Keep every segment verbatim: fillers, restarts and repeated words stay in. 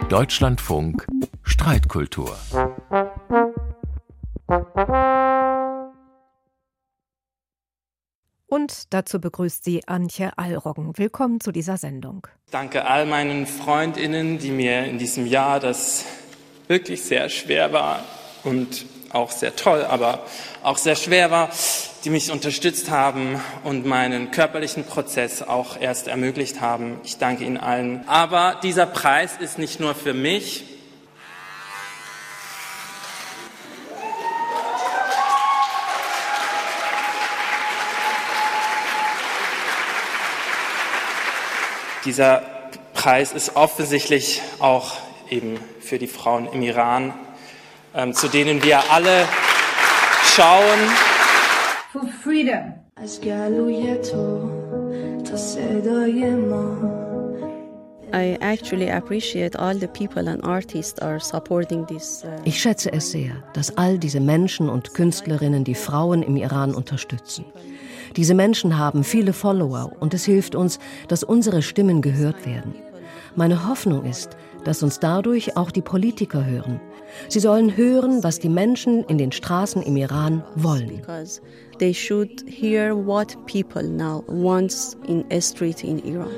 Deutschlandfunk Streitkultur. Und dazu begrüßt sie Antje Allroggen. Willkommen zu dieser Sendung. Danke all meinen FreundInnen, die mir in diesem Jahr, das wirklich sehr schwer war und auch sehr toll, aber auch sehr schwer war, die mich unterstützt haben und meinen körperlichen Prozess auch erst ermöglicht haben. Ich danke Ihnen allen. Aber dieser Preis ist nicht nur für mich. Dieser Preis ist offensichtlich auch eben für die Frauen im Iran, ähm, zu denen wir alle schauen. For freedom. I actually appreciate all the people and artists are supporting this. Uh ich schätze es sehr, dass all diese Menschen und Künstlerinnen die Frauen im Iran unterstützen. Diese Menschen haben viele Follower und es hilft uns, dass unsere Stimmen gehört werden. Meine Hoffnung ist, dass uns dadurch auch die Politiker hören. Sie sollen hören, was die Menschen in den Straßen im Iran wollen. They should hear what people now want in a street in Iran.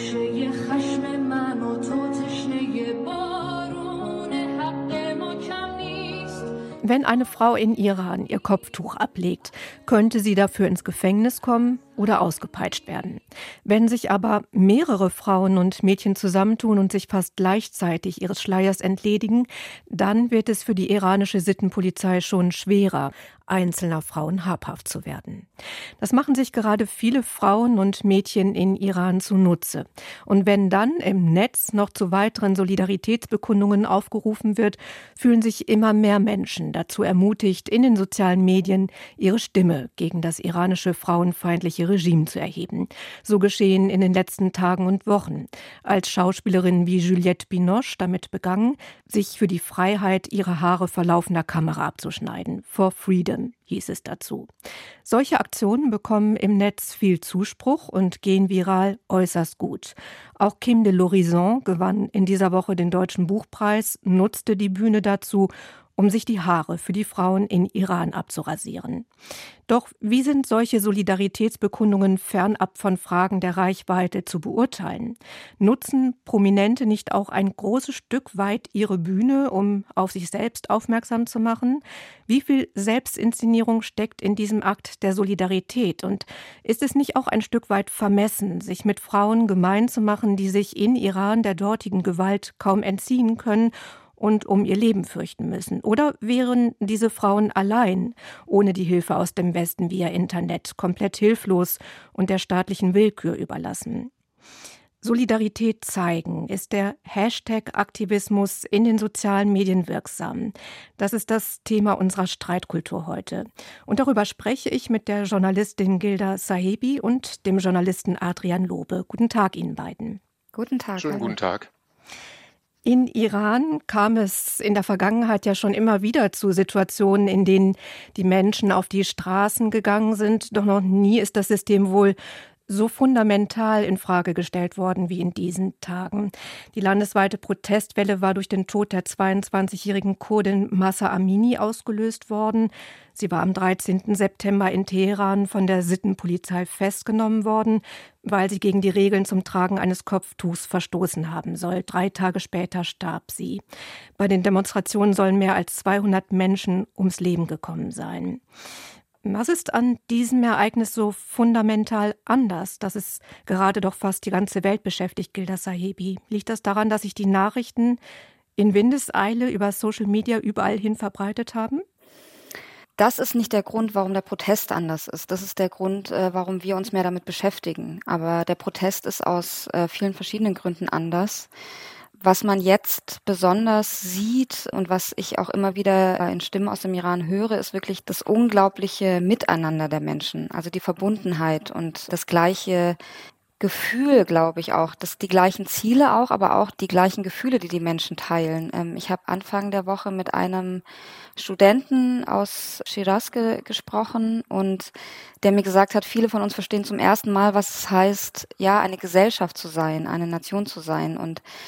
Wenn eine Frau in Iran ihr Kopftuch ablegt, könnte sie dafür ins Gefängnis kommen oder ausgepeitscht werden. Wenn sich aber mehrere Frauen und Mädchen zusammentun und sich fast gleichzeitig ihres Schleiers entledigen, dann wird es für die iranische Sittenpolizei schon schwerer, einzelner Frauen habhaft zu werden. Das machen sich gerade viele Frauen und Mädchen in Iran zunutze. Und wenn dann im Netz noch zu weiteren Solidaritätsbekundungen aufgerufen wird, fühlen sich immer mehr Menschen dazu ermutigt, in den sozialen Medien ihre Stimme gegen das iranische frauenfeindliche Regime zu erheben. So geschehen in den letzten Tagen und Wochen, als Schauspielerinnen wie Juliette Binoche damit begangen, sich für die Freiheit ihre Haare vor laufender Kamera abzuschneiden. For freedom hieß es dazu. Solche Aktionen bekommen im Netz viel Zuspruch und gehen viral äußerst gut. Auch Kim de l'Horizon gewann in dieser Woche den Deutschen Buchpreis, nutzte die Bühne dazu, um sich die Haare für die Frauen in Iran abzurasieren. Doch wie sind solche Solidaritätsbekundungen fernab von Fragen der Reichweite zu beurteilen? Nutzen Prominente nicht auch ein großes Stück weit ihre Bühne, um auf sich selbst aufmerksam zu machen? Wie viel Selbstinszenierung steckt in diesem Akt der Solidarität? Und ist es nicht auch ein Stück weit vermessen, sich mit Frauen gemein zu machen, die sich in Iran der dortigen Gewalt kaum entziehen können und um ihr Leben fürchten müssen? Oder wären diese Frauen allein, ohne die Hilfe aus dem Westen via Internet, komplett hilflos und der staatlichen Willkür überlassen? Solidarität zeigen, ist der Hashtag-Aktivismus in den sozialen Medien wirksam? Das ist das Thema unserer Streitkultur heute. Und darüber spreche ich mit der Journalistin Gilda Sahebi und dem Journalisten Adrian Lobe. Guten Tag Ihnen beiden. Guten Tag. Schönen guten Tag. In Iran kam es in der Vergangenheit ja schon immer wieder zu Situationen, in denen die Menschen auf die Straßen gegangen sind. Doch noch nie ist das System wohl so fundamental in Frage gestellt worden wie in diesen Tagen. Die landesweite Protestwelle war durch den Tod der zweiundzwanzigjährigen Kurdin Mahsa Amini ausgelöst worden. Sie war am dreizehnten September in Teheran von der Sittenpolizei festgenommen worden, weil sie gegen die Regeln zum Tragen eines Kopftuchs verstoßen haben soll. Drei Tage später starb sie. Bei den Demonstrationen sollen mehr als zweihundert Menschen ums Leben gekommen sein. Was ist an diesem Ereignis so fundamental anders, dass es gerade doch fast die ganze Welt beschäftigt, Gilda Sahebi? Liegt das daran, dass sich die Nachrichten in Windeseile über Social Media überall hin verbreitet haben? Das ist nicht der Grund, warum der Protest anders ist. Das ist der Grund, warum wir uns mehr damit beschäftigen. Aber der Protest ist aus vielen verschiedenen Gründen anders. Was man jetzt besonders sieht und was ich auch immer wieder in Stimmen aus dem Iran höre, ist wirklich das unglaubliche Miteinander der Menschen, also die Verbundenheit und das gleiche Gefühl, glaube ich auch, dass die gleichen Ziele auch, aber auch die gleichen Gefühle, die die Menschen teilen. Ich habe Anfang der Woche mit einem Studenten aus Shiraz ge- gesprochen und der mir gesagt hat, viele von uns verstehen zum ersten Mal, was es heißt, ja, eine Gesellschaft zu sein, eine Nation zu sein. Und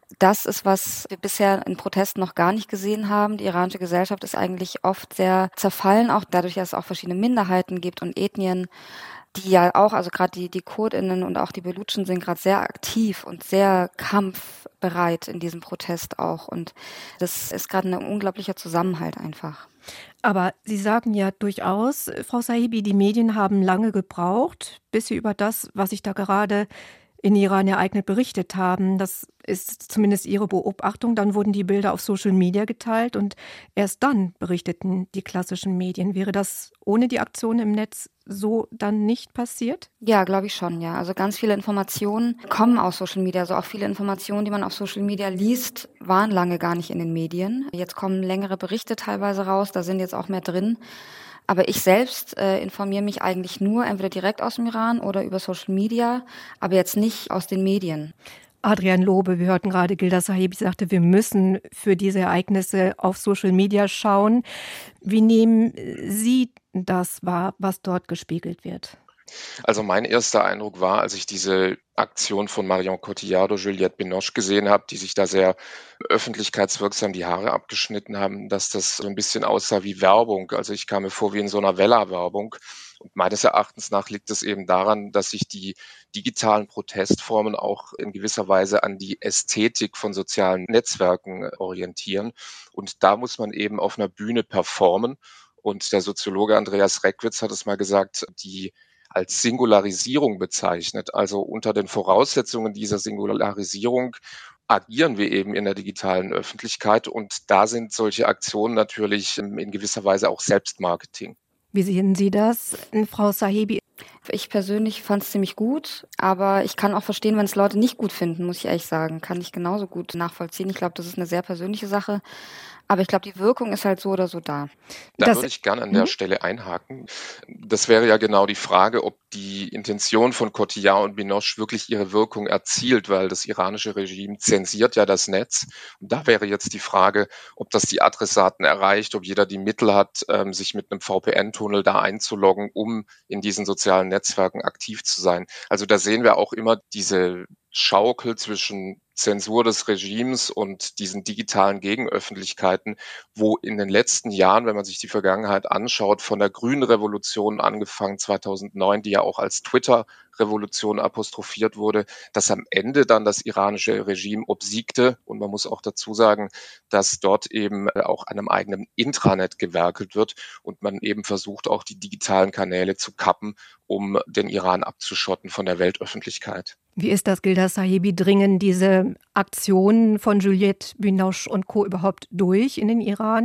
das ist, was wir bisher in Protesten noch gar nicht gesehen haben. Die iranische Gesellschaft ist eigentlich oft sehr zerfallen, auch dadurch, dass es auch verschiedene Minderheiten gibt und Ethnien, die ja auch, also gerade die, die KurdInnen und auch die Belutschen sind gerade sehr aktiv und sehr kampfbereit in diesem Protest auch. Und das ist gerade ein unglaublicher Zusammenhalt einfach. Aber Sie sagen ja durchaus, Frau Sahibi, die Medien haben lange gebraucht, bis sie über das, was sich da gerade in Iran ereignet, berichtet haben. Das ist zumindest Ihre Beobachtung. Dann wurden die Bilder auf Social Media geteilt und erst dann berichteten die klassischen Medien. Wäre das ohne die Aktion im Netz so dann nicht passiert? Ja, glaube ich schon, ja. Also ganz viele Informationen kommen aus Social Media. Also auch viele Informationen, die man auf Social Media liest, waren lange gar nicht in den Medien. Jetzt kommen längere Berichte teilweise raus, da sind jetzt auch mehr drin. Aber ich selbst äh, informiere mich eigentlich nur entweder direkt aus dem Iran oder über Social Media, aber jetzt nicht aus den Medien. Adrian Lobe, wir hörten gerade, Gilda Sahibi sagte, wir müssen für diese Ereignisse auf Social Media schauen. Wie nehmen Sie das wahr, was dort gespiegelt wird? Also mein erster Eindruck war, als ich diese Aktion von Marion Cotillard oder Juliette Binoche gesehen habe, die sich da sehr öffentlichkeitswirksam die Haare abgeschnitten haben, dass das so ein bisschen aussah wie Werbung. Also ich kam mir vor wie in so einer Wella-Werbung. Und meines Erachtens nach liegt es eben daran, dass sich die digitalen Protestformen auch in gewisser Weise an die Ästhetik von sozialen Netzwerken orientieren. Und da muss man eben auf einer Bühne performen. Und der Soziologe Andreas Reckwitz hat es mal gesagt, die als Singularisierung bezeichnet. Also unter den Voraussetzungen dieser Singularisierung agieren wir eben in der digitalen Öffentlichkeit und da sind solche Aktionen natürlich in gewisser Weise auch Selbstmarketing. Wie sehen Sie das, Frau Sahibi? Ich persönlich fand es ziemlich gut, aber ich kann auch verstehen, wenn es Leute nicht gut finden, muss ich ehrlich sagen. Kann ich genauso gut nachvollziehen. Ich glaube, das ist eine sehr persönliche Sache. Aber ich glaube, die Wirkung ist halt so oder so da. Da Das- würde ich gerne an der Mhm. Stelle einhaken. Das wäre ja genau die Frage, ob die Intention von Cotillard und Binoche wirklich ihre Wirkung erzielt, weil das iranische Regime zensiert ja das Netz. Und da wäre jetzt die Frage, ob das die Adressaten erreicht, ob jeder die Mittel hat, ähm, sich mit einem V P N-Tunnel da einzuloggen, um in diesen sozialen Netzwerken aktiv zu sein. Also da sehen wir auch immer diese Schaukel zwischen Zensur des Regimes und diesen digitalen Gegenöffentlichkeiten, wo in den letzten Jahren, wenn man sich die Vergangenheit anschaut, von der grünen Revolution angefangen zweitausendneun, die ja auch als Twitter-Revolution apostrophiert wurde, dass am Ende dann das iranische Regime obsiegte. Und man muss auch dazu sagen, dass dort eben auch an einem eigenen Intranet gewerkelt wird und man eben versucht, auch die digitalen Kanäle zu kappen, um den Iran abzuschotten von der Weltöffentlichkeit. Wie ist das, Gilda Sahibi? Dringen diese Aktionen von Juliette Binoche und Co. überhaupt durch in den Iran?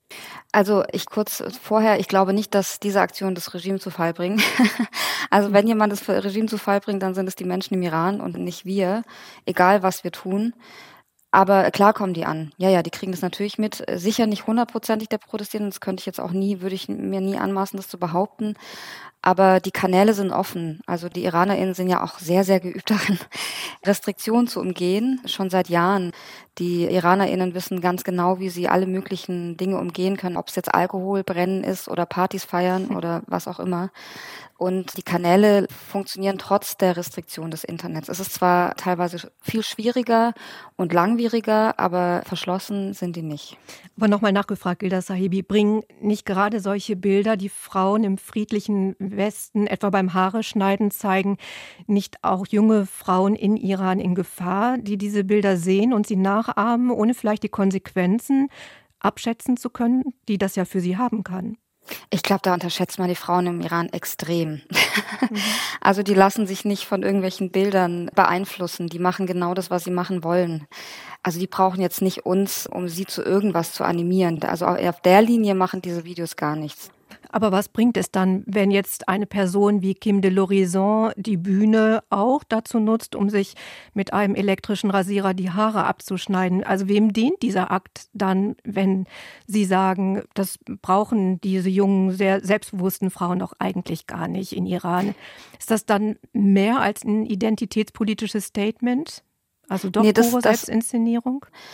Also ich kurz vorher, ich glaube nicht, dass diese Aktionen das Regime zu Fall bringen. Also wenn jemand das Regime zu Fall bringt, dann sind es die Menschen im Iran und nicht wir, egal was wir tun. Aber klar kommen die an. Ja, ja, die kriegen das natürlich mit. Sicher nicht hundertprozentig der Protestierenden, das könnte ich jetzt auch nie, würde ich mir nie anmaßen, das zu behaupten. Aber die Kanäle sind offen. Also die IranerInnen sind ja auch sehr, sehr geübt darin, Restriktionen zu umgehen, schon seit Jahren. Die IranerInnen wissen ganz genau, wie sie alle möglichen Dinge umgehen können, ob es jetzt Alkohol brennen ist oder Partys feiern oder was auch immer. Und die Kanäle funktionieren trotz der Restriktion des Internets. Es ist zwar teilweise viel schwieriger und langwieriger, aber verschlossen sind die nicht. Aber nochmal nachgefragt, Gilda Sahibi, bringen nicht gerade solche Bilder, die Frauen im friedlichen Westen etwa beim Haare schneiden zeigen, nicht auch junge Frauen in Iran in Gefahr, die diese Bilder sehen und sie nachahmen, ohne vielleicht die Konsequenzen abschätzen zu können, die das ja für sie haben kann? Ich glaube, da unterschätzt man die Frauen im Iran extrem. Mhm. Also die lassen sich nicht von irgendwelchen Bildern beeinflussen. Die machen genau das, was sie machen wollen. Also die brauchen jetzt nicht uns, um sie zu irgendwas zu animieren. Also auf der Linie machen diese Videos gar nichts. Aber was bringt es dann, wenn jetzt eine Person wie Kim de l'Horizon die Bühne auch dazu nutzt, um sich mit einem elektrischen Rasierer die Haare abzuschneiden? Also wem dient dieser Akt dann, wenn Sie sagen, das brauchen diese jungen, sehr selbstbewussten Frauen doch eigentlich gar nicht in Iran? Ist das dann mehr als ein identitätspolitisches Statement? Also doch nee, das, pure das, Selbstinszenierung?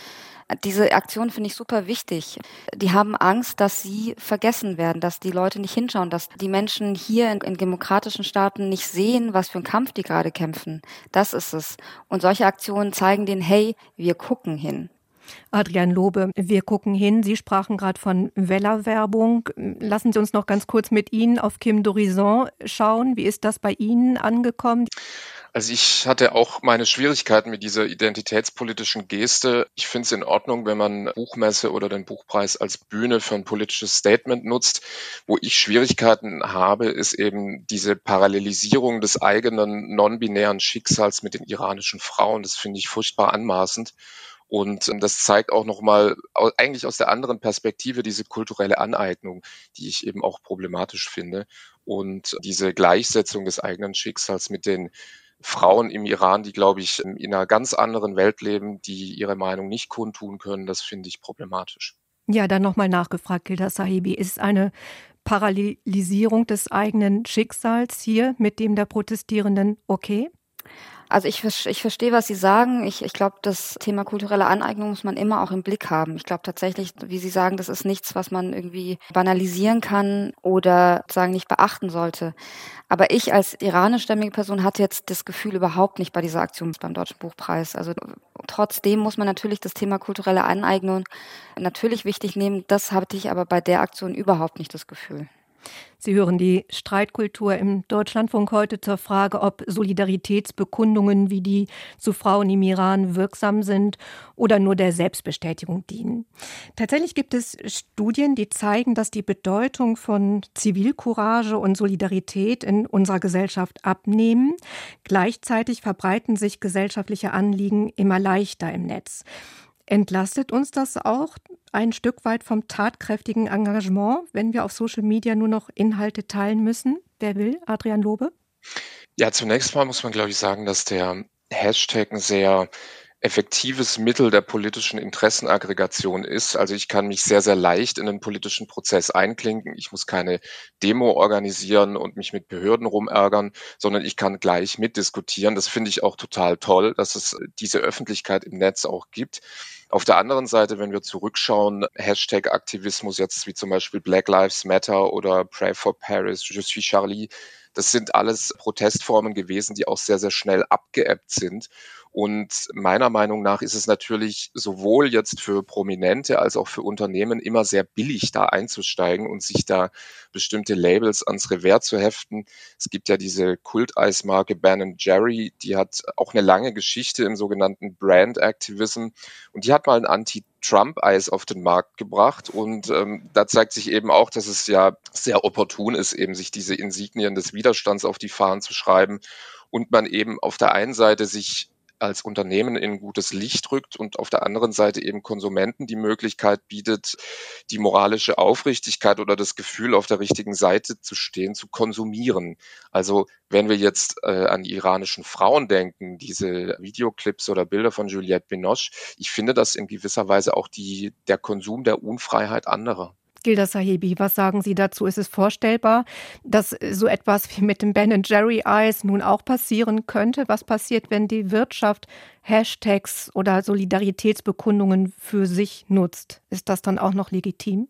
Diese Aktion finde ich super wichtig. Die haben Angst, dass sie vergessen werden, dass die Leute nicht hinschauen, dass die Menschen hier in, in demokratischen Staaten nicht sehen, was für einen Kampf die gerade kämpfen. Das ist es. Und solche Aktionen zeigen denen, hey, wir gucken hin. Adrian Lobe, wir gucken hin. Sie sprachen gerade von Wella-Werbung. Lassen Sie uns noch ganz kurz mit Ihnen auf Kim d'Horizon schauen. Wie ist das bei Ihnen angekommen? Also ich hatte auch meine Schwierigkeiten mit dieser identitätspolitischen Geste. Ich finde es in Ordnung, wenn man Buchmesse oder den Buchpreis als Bühne für ein politisches Statement nutzt. Wo ich Schwierigkeiten habe, ist eben diese Parallelisierung des eigenen non-binären Schicksals mit den iranischen Frauen. Das finde ich furchtbar anmaßend. Und das zeigt auch nochmal eigentlich aus der anderen Perspektive diese kulturelle Aneignung, die ich eben auch problematisch finde. Und diese Gleichsetzung des eigenen Schicksals mit den Frauen im Iran, die, glaube ich, in einer ganz anderen Welt leben, die ihre Meinung nicht kundtun können, das finde ich problematisch. Ja, dann nochmal nachgefragt, Gilda Sahibi, ist eine Parallelisierung des eigenen Schicksals hier mit dem der Protestierenden okay? Also ich, ich verstehe, was Sie sagen. Ich, ich glaube, das Thema kulturelle Aneignung muss man immer auch im Blick haben. Ich glaube tatsächlich, wie Sie sagen, das ist nichts, was man irgendwie banalisieren kann oder sagen nicht beachten sollte. Aber ich als iranischstämmige Person hatte jetzt das Gefühl überhaupt nicht bei dieser Aktion beim Deutschen Buchpreis. Also trotzdem muss man natürlich das Thema kulturelle Aneignung natürlich wichtig nehmen. Das hatte ich aber bei der Aktion überhaupt nicht das Gefühl. Sie hören die Streitkultur im Deutschlandfunk heute zur Frage, ob Solidaritätsbekundungen wie die zu Frauen im Iran wirksam sind oder nur der Selbstbestätigung dienen. Tatsächlich gibt es Studien, die zeigen, dass die Bedeutung von Zivilcourage und Solidarität in unserer Gesellschaft abnehmen. Gleichzeitig verbreiten sich gesellschaftliche Anliegen immer leichter im Netz. Entlastet uns das auch ein Stück weit vom tatkräftigen Engagement, wenn wir auf Social Media nur noch Inhalte teilen müssen? Wer will? Adrian Lobe? Ja, zunächst mal muss man, glaube ich, sagen, dass der Hashtag ein sehr effektives Mittel der politischen Interessenaggregation ist. Also ich kann mich sehr, sehr leicht in den politischen Prozess einklinken. Ich muss keine Demo organisieren und mich mit Behörden rumärgern, sondern ich kann gleich mitdiskutieren. Das finde ich auch total toll, dass es diese Öffentlichkeit im Netz auch gibt. Auf der anderen Seite, wenn wir zurückschauen, Hashtag-Aktivismus jetzt wie zum Beispiel Black Lives Matter oder Pray for Paris, Je suis Charlie, das sind alles Protestformen gewesen, die auch sehr, sehr schnell abgeebbt sind. Und meiner Meinung nach ist es natürlich sowohl jetzt für Prominente als auch für Unternehmen immer sehr billig, da einzusteigen und sich da bestimmte Labels ans Revers zu heften. Es gibt ja diese Kulteismarke Ben and Jerry, die hat auch eine lange Geschichte im sogenannten Brand Activism und die hat mal ein Anti-Trump-Eis auf den Markt gebracht und ähm, da zeigt sich eben auch, dass es ja sehr opportun ist, eben sich diese Insignien des Widerstands auf die Fahnen zu schreiben und man eben auf der einen Seite sich als Unternehmen in ein gutes Licht rückt und auf der anderen Seite eben Konsumenten die Möglichkeit bietet, die moralische Aufrichtigkeit oder das Gefühl, auf der richtigen Seite zu stehen, zu konsumieren. Also wenn wir jetzt äh, an die iranischen Frauen denken, diese Videoclips oder Bilder von Juliette Binoche, ich finde das in gewisser Weise auch die, der Konsum der Unfreiheit anderer. Gilda Sahibi, was sagen Sie dazu? Ist es vorstellbar, dass so etwas wie mit dem Ben and Jerry Eis nun auch passieren könnte? Was passiert, wenn die Wirtschaft Hashtags oder Solidaritätsbekundungen für sich nutzt? Ist das dann auch noch legitim?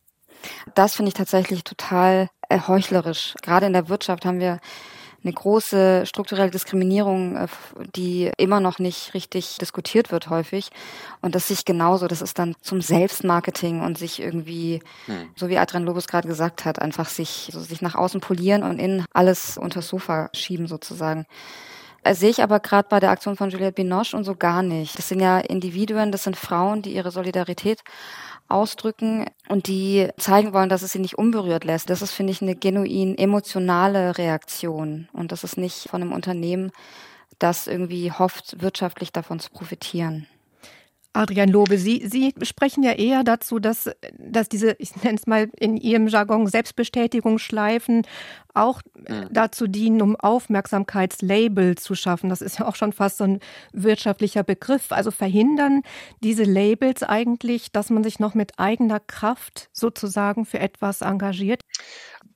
Das finde ich tatsächlich total äh, heuchlerisch. Gerade in der Wirtschaft haben wir eine große strukturelle Diskriminierung, die immer noch nicht richtig diskutiert wird häufig. Und das sich genauso, das ist dann zum Selbstmarketing und sich irgendwie, hm. so wie Adrian Lobes gerade gesagt hat, einfach sich, so sich nach außen polieren und innen alles unters Sofa schieben sozusagen. Das sehe ich aber gerade bei der Aktion von Juliette Binoche und so gar nicht. Das sind ja Individuen, das sind Frauen, die ihre Solidarität ausdrücken und die zeigen wollen, dass es sie nicht unberührt lässt. Das ist, finde ich, eine genuin emotionale Reaktion. Und das ist nicht von einem Unternehmen, das irgendwie hofft, wirtschaftlich davon zu profitieren. Adrian Lobe, Sie, Sie sprechen ja eher dazu, dass, dass diese, ich nenne es mal in Ihrem Jargon, Selbstbestätigungsschleifen auch mhm. dazu dienen, um Aufmerksamkeitslabel zu schaffen. Das ist ja auch schon fast so ein wirtschaftlicher Begriff. Also verhindern diese Labels eigentlich, dass man sich noch mit eigener Kraft sozusagen für etwas engagiert?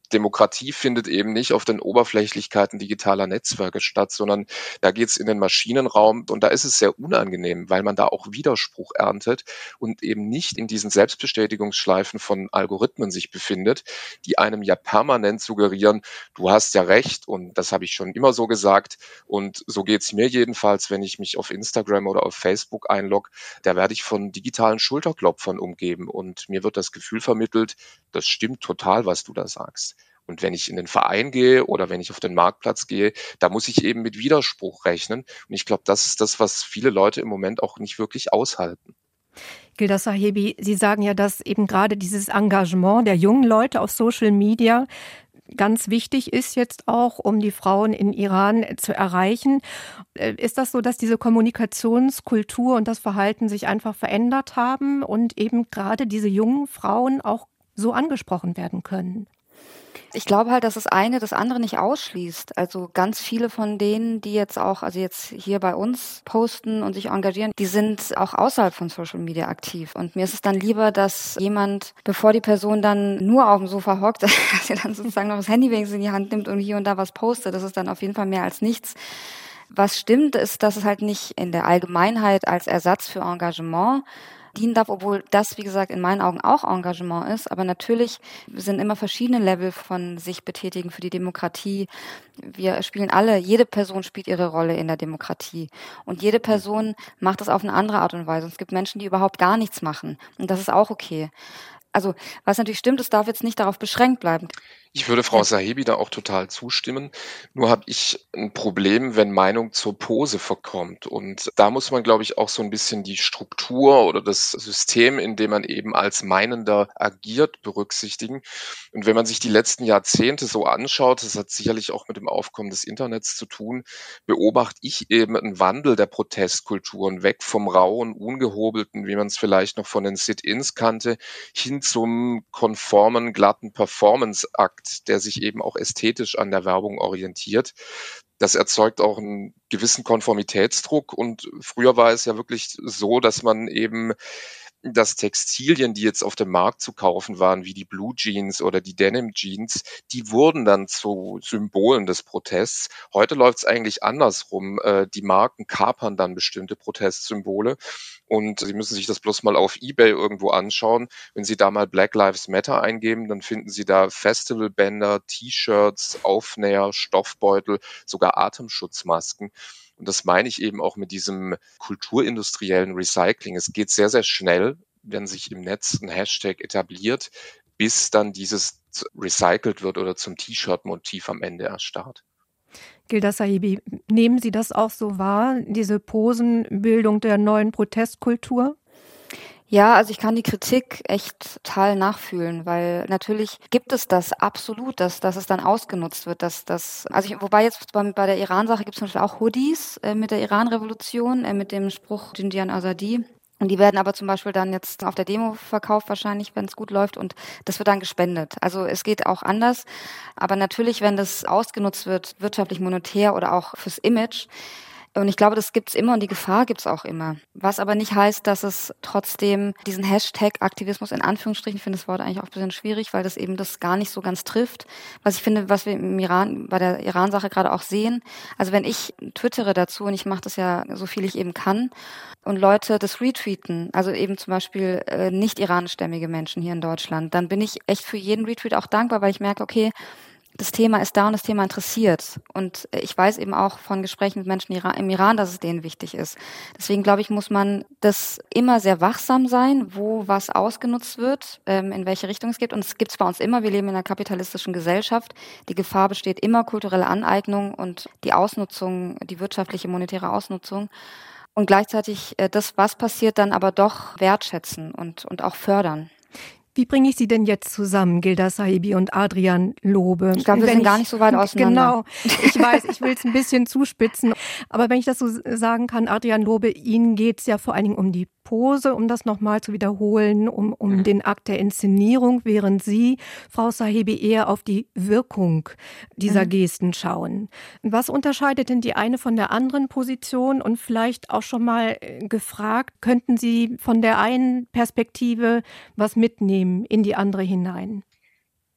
Demokratie findet eben nicht auf den Oberflächlichkeiten digitaler Netzwerke statt, sondern da geht's in den Maschinenraum und da ist es sehr unangenehm, weil man da auch Widerspruch erntet und eben nicht in diesen Selbstbestätigungsschleifen von Algorithmen sich befindet, die einem ja permanent suggerieren, du hast ja recht und das habe ich schon immer so gesagt und so geht's mir jedenfalls, wenn ich mich auf Instagram oder auf Facebook einlogge, da werde ich von digitalen Schulterklopfern umgeben und mir wird das Gefühl vermittelt, das stimmt total, was du da sagst. Und wenn ich in den Verein gehe oder wenn ich auf den Marktplatz gehe, da muss ich eben mit Widerspruch rechnen. Und ich glaube, das ist das, was viele Leute im Moment auch nicht wirklich aushalten. Gilda Sahibi, Sie sagen ja, dass eben gerade dieses Engagement der jungen Leute auf Social Media ganz wichtig ist jetzt auch, um die Frauen in Iran zu erreichen. Ist das so, dass diese Kommunikationskultur und das Verhalten sich einfach verändert haben und eben gerade diese jungen Frauen auch so angesprochen werden können? Ich glaube halt, dass das eine das andere nicht ausschließt. Also ganz viele von denen, die jetzt auch, also jetzt hier bei uns posten und sich engagieren, die sind auch außerhalb von Social Media aktiv. Und mir ist es dann lieber, dass jemand, bevor die Person dann nur auf dem Sofa hockt, dass sie dann sozusagen noch das Handy wenigstens in die Hand nimmt und hier und da was postet. Das ist dann auf jeden Fall mehr als nichts. Was stimmt, ist, dass es halt nicht in der Allgemeinheit als Ersatz für Engagement dienen darf, obwohl das, wie gesagt, in meinen Augen auch Engagement ist. Aber natürlich sind immer verschiedene Level von sich betätigen für die Demokratie. Wir spielen alle, jede Person spielt ihre Rolle in der Demokratie. Und jede Person macht das auf eine andere Art und Weise. Und es gibt Menschen, die überhaupt gar nichts machen. Und das ist auch okay. Also, was natürlich stimmt, es darf jetzt nicht darauf beschränkt bleiben. Ich würde Frau Sahibi da auch total zustimmen. Nur habe ich ein Problem, wenn Meinung zur Pose verkommt. Und da muss man, glaube ich, auch so ein bisschen die Struktur oder das System, in dem man eben als Meinender agiert, berücksichtigen. Und wenn man sich die letzten Jahrzehnte so anschaut, das hat sicherlich auch mit dem Aufkommen des Internets zu tun, beobachte ich eben einen Wandel der Protestkulturen weg vom rauen, ungehobelten, wie man es vielleicht noch von den Sit-ins kannte, hin zum konformen, glatten Performance-Akt, der sich eben auch ästhetisch an der Werbung orientiert. Das erzeugt auch einen gewissen Konformitätsdruck und früher war es ja wirklich so, dass man eben dass Textilien, die jetzt auf dem Markt zu kaufen waren, wie die Blue Jeans oder die Denim Jeans, die wurden dann zu Symbolen des Protests. Heute läuft es eigentlich andersrum. Äh, die Marken kapern dann bestimmte Protestsymbole und Sie müssen sich das bloß mal auf eBay irgendwo anschauen. Wenn Sie da mal Black Lives Matter eingeben, dann finden Sie da Festivalbänder, T-Shirts, Aufnäher, Stoffbeutel, sogar Atemschutzmasken. Und das meine ich eben auch mit diesem kulturindustriellen Recycling. Es geht sehr, sehr schnell, wenn sich im Netz ein Hashtag etabliert, bis dann dieses recycelt wird oder zum T-Shirt-Motiv am Ende erstarrt. Gilda Sahibi, nehmen Sie das auch so wahr, diese Posenbildung der neuen Protestkultur? Ja, also ich kann die Kritik echt total nachfühlen, weil natürlich gibt es das absolut, dass, dass es dann ausgenutzt wird, dass das, also ich, wobei jetzt bei, bei der Iran-Sache gibt es zum Beispiel auch Hoodies äh, mit der Iran-Revolution, äh, mit dem Spruch Jinjian Azadi. Und die werden aber zum Beispiel dann jetzt auf der Demo verkauft wahrscheinlich, wenn es gut läuft und das wird dann gespendet. Also es geht auch anders, aber natürlich, wenn das ausgenutzt wird, wirtschaftlich monetär oder auch fürs Image, und ich glaube, das gibt's immer und die Gefahr gibt's auch immer. Was aber nicht heißt, dass es trotzdem diesen Hashtag Aktivismus in Anführungsstrichen, ich finde das Wort eigentlich auch ein bisschen schwierig, weil das eben das gar nicht so ganz trifft. Was ich finde, was wir im Iran, bei der Iran-Sache gerade auch sehen, also wenn ich twittere dazu und ich mache das ja so viel ich eben kann und Leute das retweeten, also eben zum Beispiel äh, nicht iranischstämmige Menschen hier in Deutschland, dann bin ich echt für jeden Retweet auch dankbar, weil ich merke, okay, das Thema ist da und das Thema interessiert. Und ich weiß eben auch von Gesprächen mit Menschen im Iran, dass es denen wichtig ist. Deswegen glaube ich, muss man das immer sehr wachsam sein, wo was ausgenutzt wird, in welche Richtung es geht. Und es gibt es bei uns immer. Wir leben in einer kapitalistischen Gesellschaft. Die Gefahr besteht immer, kulturelle Aneignung und die Ausnutzung, die wirtschaftliche, monetäre Ausnutzung. Und gleichzeitig das, was passiert, dann aber doch wertschätzen und, und auch fördern. Wie bringe ich Sie denn jetzt zusammen, Gilda Sahibi und Adrian Lobe? Ich glaube, wir wenn sind ich, gar nicht so weit auseinander. Genau, ich weiß, ich will es ein bisschen zuspitzen. Aber wenn ich das so sagen kann, Adrian Lobe, Ihnen geht es ja vor allen Dingen um die Pose, um das nochmal zu wiederholen, um, um den Akt der Inszenierung, während Sie, Frau Sahibi, eher auf die Wirkung dieser mhm. Gesten schauen. Was unterscheidet denn die eine von der anderen Position? Und vielleicht auch schon mal gefragt, könnten Sie von der einen Perspektive was mitnehmen in die andere hinein?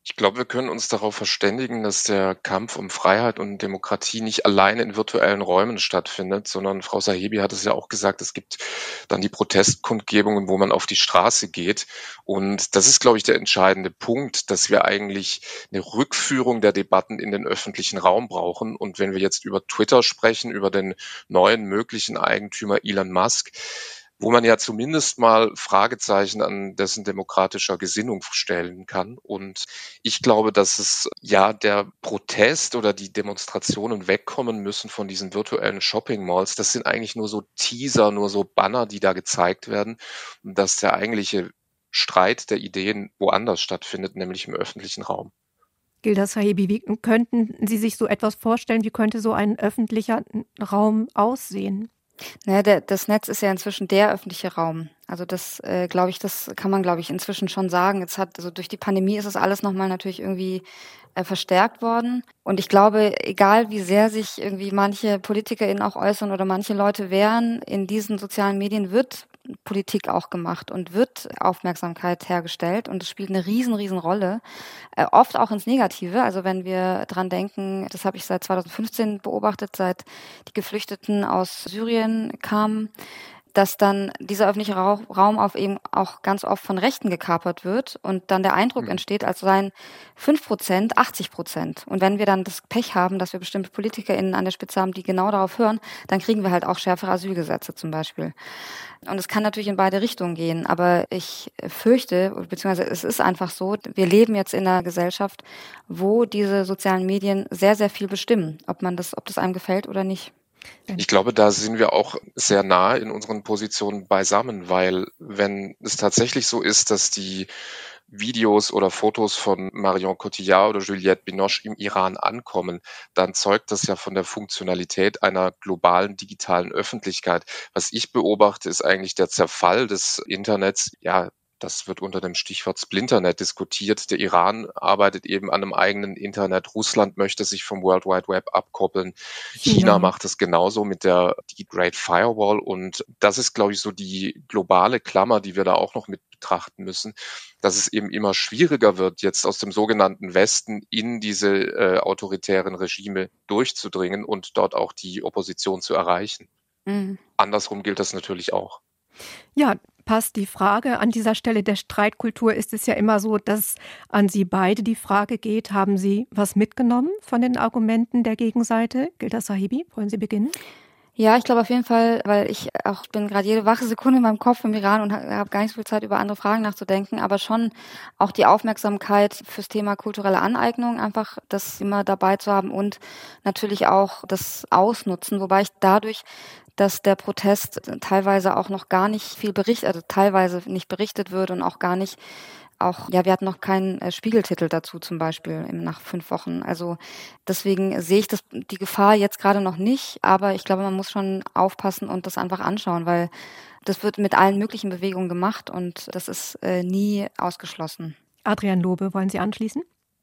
Ich glaube, wir können uns darauf verständigen, dass der Kampf um Freiheit und Demokratie nicht allein in virtuellen Räumen stattfindet, sondern Frau Sahibi hat es ja auch gesagt, es gibt dann die Protestkundgebungen, wo man auf die Straße geht. Und das ist, glaube ich, der entscheidende Punkt, dass wir eigentlich eine Rückführung der Debatten in den öffentlichen Raum brauchen. Und wenn wir jetzt über Twitter sprechen, über den neuen möglichen Eigentümer Elon Musk, wo man ja zumindest mal Fragezeichen an dessen demokratischer Gesinnung stellen kann. Und ich glaube, dass es ja der Protest oder die Demonstrationen wegkommen müssen von diesen virtuellen Shopping-Malls. Das sind eigentlich nur so Teaser, nur so Banner, die da gezeigt werden. Und dass der eigentliche Streit der Ideen woanders stattfindet, nämlich im öffentlichen Raum. Gilda Sahibi, wie könnten Sie sich so etwas vorstellen? Wie könnte so ein öffentlicher Raum aussehen? Naja, der, das Netz ist ja inzwischen der öffentliche Raum. Also das, äh, glaube ich, das kann man, glaube ich, inzwischen schon sagen. Jetzt hat, also durch die Pandemie ist das alles nochmal natürlich irgendwie äh, verstärkt worden. Und ich glaube, egal wie sehr sich irgendwie manche PolitikerInnen auch äußern oder manche Leute wehren, in diesen sozialen Medien wird Politik auch gemacht und wird Aufmerksamkeit hergestellt und es spielt eine riesen, riesen Rolle, äh, oft auch ins Negative. Also wenn wir dran denken, das habe ich seit zwanzig fünfzehn beobachtet, seit die Geflüchteten aus Syrien kamen, dass dann dieser öffentliche Raum auf eben auch ganz oft von Rechten gekapert wird und dann der Eindruck entsteht, als seien fünf Prozent achtzig Prozent. Und wenn wir dann das Pech haben, dass wir bestimmte PolitikerInnen an der Spitze haben, die genau darauf hören, dann kriegen wir halt auch schärfere Asylgesetze zum Beispiel. Und es kann natürlich in beide Richtungen gehen, aber ich fürchte, beziehungsweise es ist einfach so, wir leben jetzt in einer Gesellschaft, wo diese sozialen Medien sehr, sehr viel bestimmen, ob man das, ob das einem gefällt oder nicht. Ich glaube, da sind wir auch sehr nah in unseren Positionen beisammen, weil wenn es tatsächlich so ist, dass die Videos oder Fotos von Marion Cotillard oder Juliette Binoche im Iran ankommen, dann zeugt das ja von der Funktionalität einer globalen digitalen Öffentlichkeit. Was ich beobachte, ist eigentlich der Zerfall des Internets. Ja, das wird unter dem Stichwort Splinternet diskutiert. Der Iran arbeitet eben an einem eigenen Internet. Russland möchte sich vom World Wide Web abkoppeln. China, China macht es genauso mit der die Great Firewall. Und das ist, glaube ich, so die globale Klammer, die wir da auch noch mit betrachten müssen, dass es eben immer schwieriger wird, jetzt aus dem sogenannten Westen in diese äh, autoritären Regime durchzudringen und dort auch die Opposition zu erreichen. Mhm. Andersrum gilt das natürlich auch. Ja, passt die Frage. An dieser Stelle der Streitkultur ist es ja immer so, dass an Sie beide die Frage geht, haben Sie was mitgenommen von den Argumenten der Gegenseite? Gilda Sahibi, wollen Sie beginnen? Ja, ich glaube auf jeden Fall, weil ich auch bin gerade jede wache Sekunde in meinem Kopf im Iran und habe gar nicht so viel Zeit, über andere Fragen nachzudenken, aber schon auch die Aufmerksamkeit fürs Thema kulturelle Aneignung, einfach das immer dabei zu haben und natürlich auch das Ausnutzen, wobei ich dadurch, dass der Protest teilweise auch noch gar nicht viel berichtet, also teilweise nicht berichtet wird und auch gar nicht auch, ja, wir hatten noch keinen äh, Spiegeltitel dazu zum Beispiel im, nach fünf Wochen. Also deswegen sehe ich das, die Gefahr jetzt gerade noch nicht, aber ich glaube, man muss schon aufpassen und das einfach anschauen, weil das wird mit allen möglichen Bewegungen gemacht und das ist äh, nie ausgeschlossen. Adrian Lobe, wollen Sie anschließen?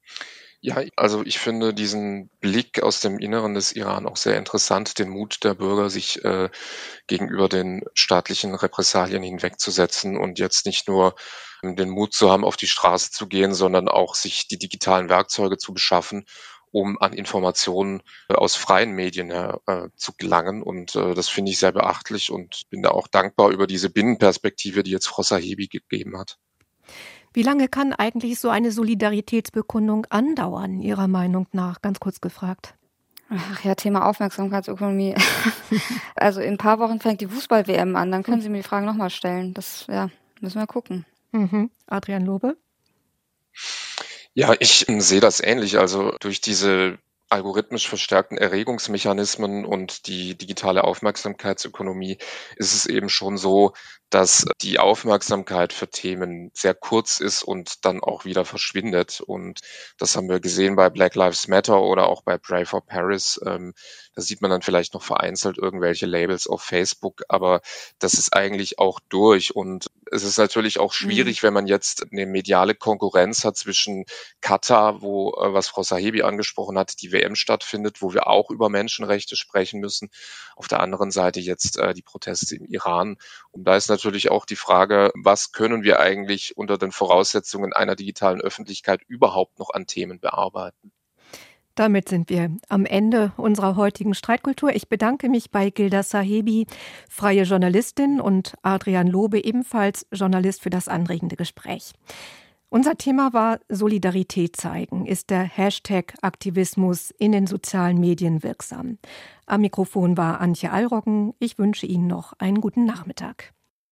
Ja, also ich finde diesen Blick aus dem Inneren des Iran auch sehr interessant, den Mut der Bürger, sich äh, gegenüber den staatlichen Repressalien hinwegzusetzen und jetzt nicht nur ähm, den Mut zu haben, auf die Straße zu gehen, sondern auch sich die digitalen Werkzeuge zu beschaffen, um an Informationen äh, aus freien Medien her, äh, zu gelangen. Und äh, das finde ich sehr beachtlich und bin da auch dankbar über diese Binnenperspektive, die jetzt Frau Sahibi gegeben hat. Wie lange kann eigentlich so eine Solidaritätsbekundung andauern, Ihrer Meinung nach? Ganz kurz gefragt. Ach ja, Thema Aufmerksamkeitsökonomie. Also in ein paar Wochen fängt die Fußball-W M an, dann können Sie mir die Fragen nochmal stellen. Das, ja, müssen wir gucken. Mhm. Adrian Lobe? Ja, ich äh, sehe das ähnlich. Also durch diese algorithmisch verstärkten Erregungsmechanismen und die digitale Aufmerksamkeitsökonomie ist es eben schon so, dass die Aufmerksamkeit für Themen sehr kurz ist und dann auch wieder verschwindet. Und das haben wir gesehen bei Black Lives Matter oder auch bei Pray for Paris. Ähm, da sieht man dann vielleicht noch vereinzelt irgendwelche Labels auf Facebook, aber das ist eigentlich auch durch. Und es ist natürlich auch schwierig, mhm. wenn man jetzt eine mediale Konkurrenz hat zwischen Katar, wo, äh, was Frau Sahebi angesprochen hat, die W M stattfindet, wo wir auch über Menschenrechte sprechen müssen. Auf der anderen Seite jetzt äh, die Proteste im Iran. Und da ist natürlich auch die Frage, was können wir eigentlich unter den Voraussetzungen einer digitalen Öffentlichkeit überhaupt noch an Themen bearbeiten? Damit sind wir am Ende unserer heutigen Streitkultur. Ich bedanke mich bei Gilda Sahebi, freie Journalistin, und Adrian Lobe, ebenfalls Journalist, für das anregende Gespräch. Unser Thema war Solidarität zeigen. Ist der Hashtag Aktivismus in den sozialen Medien wirksam? Am Mikrofon war Antje Allroggen. Ich wünsche Ihnen noch einen guten Nachmittag.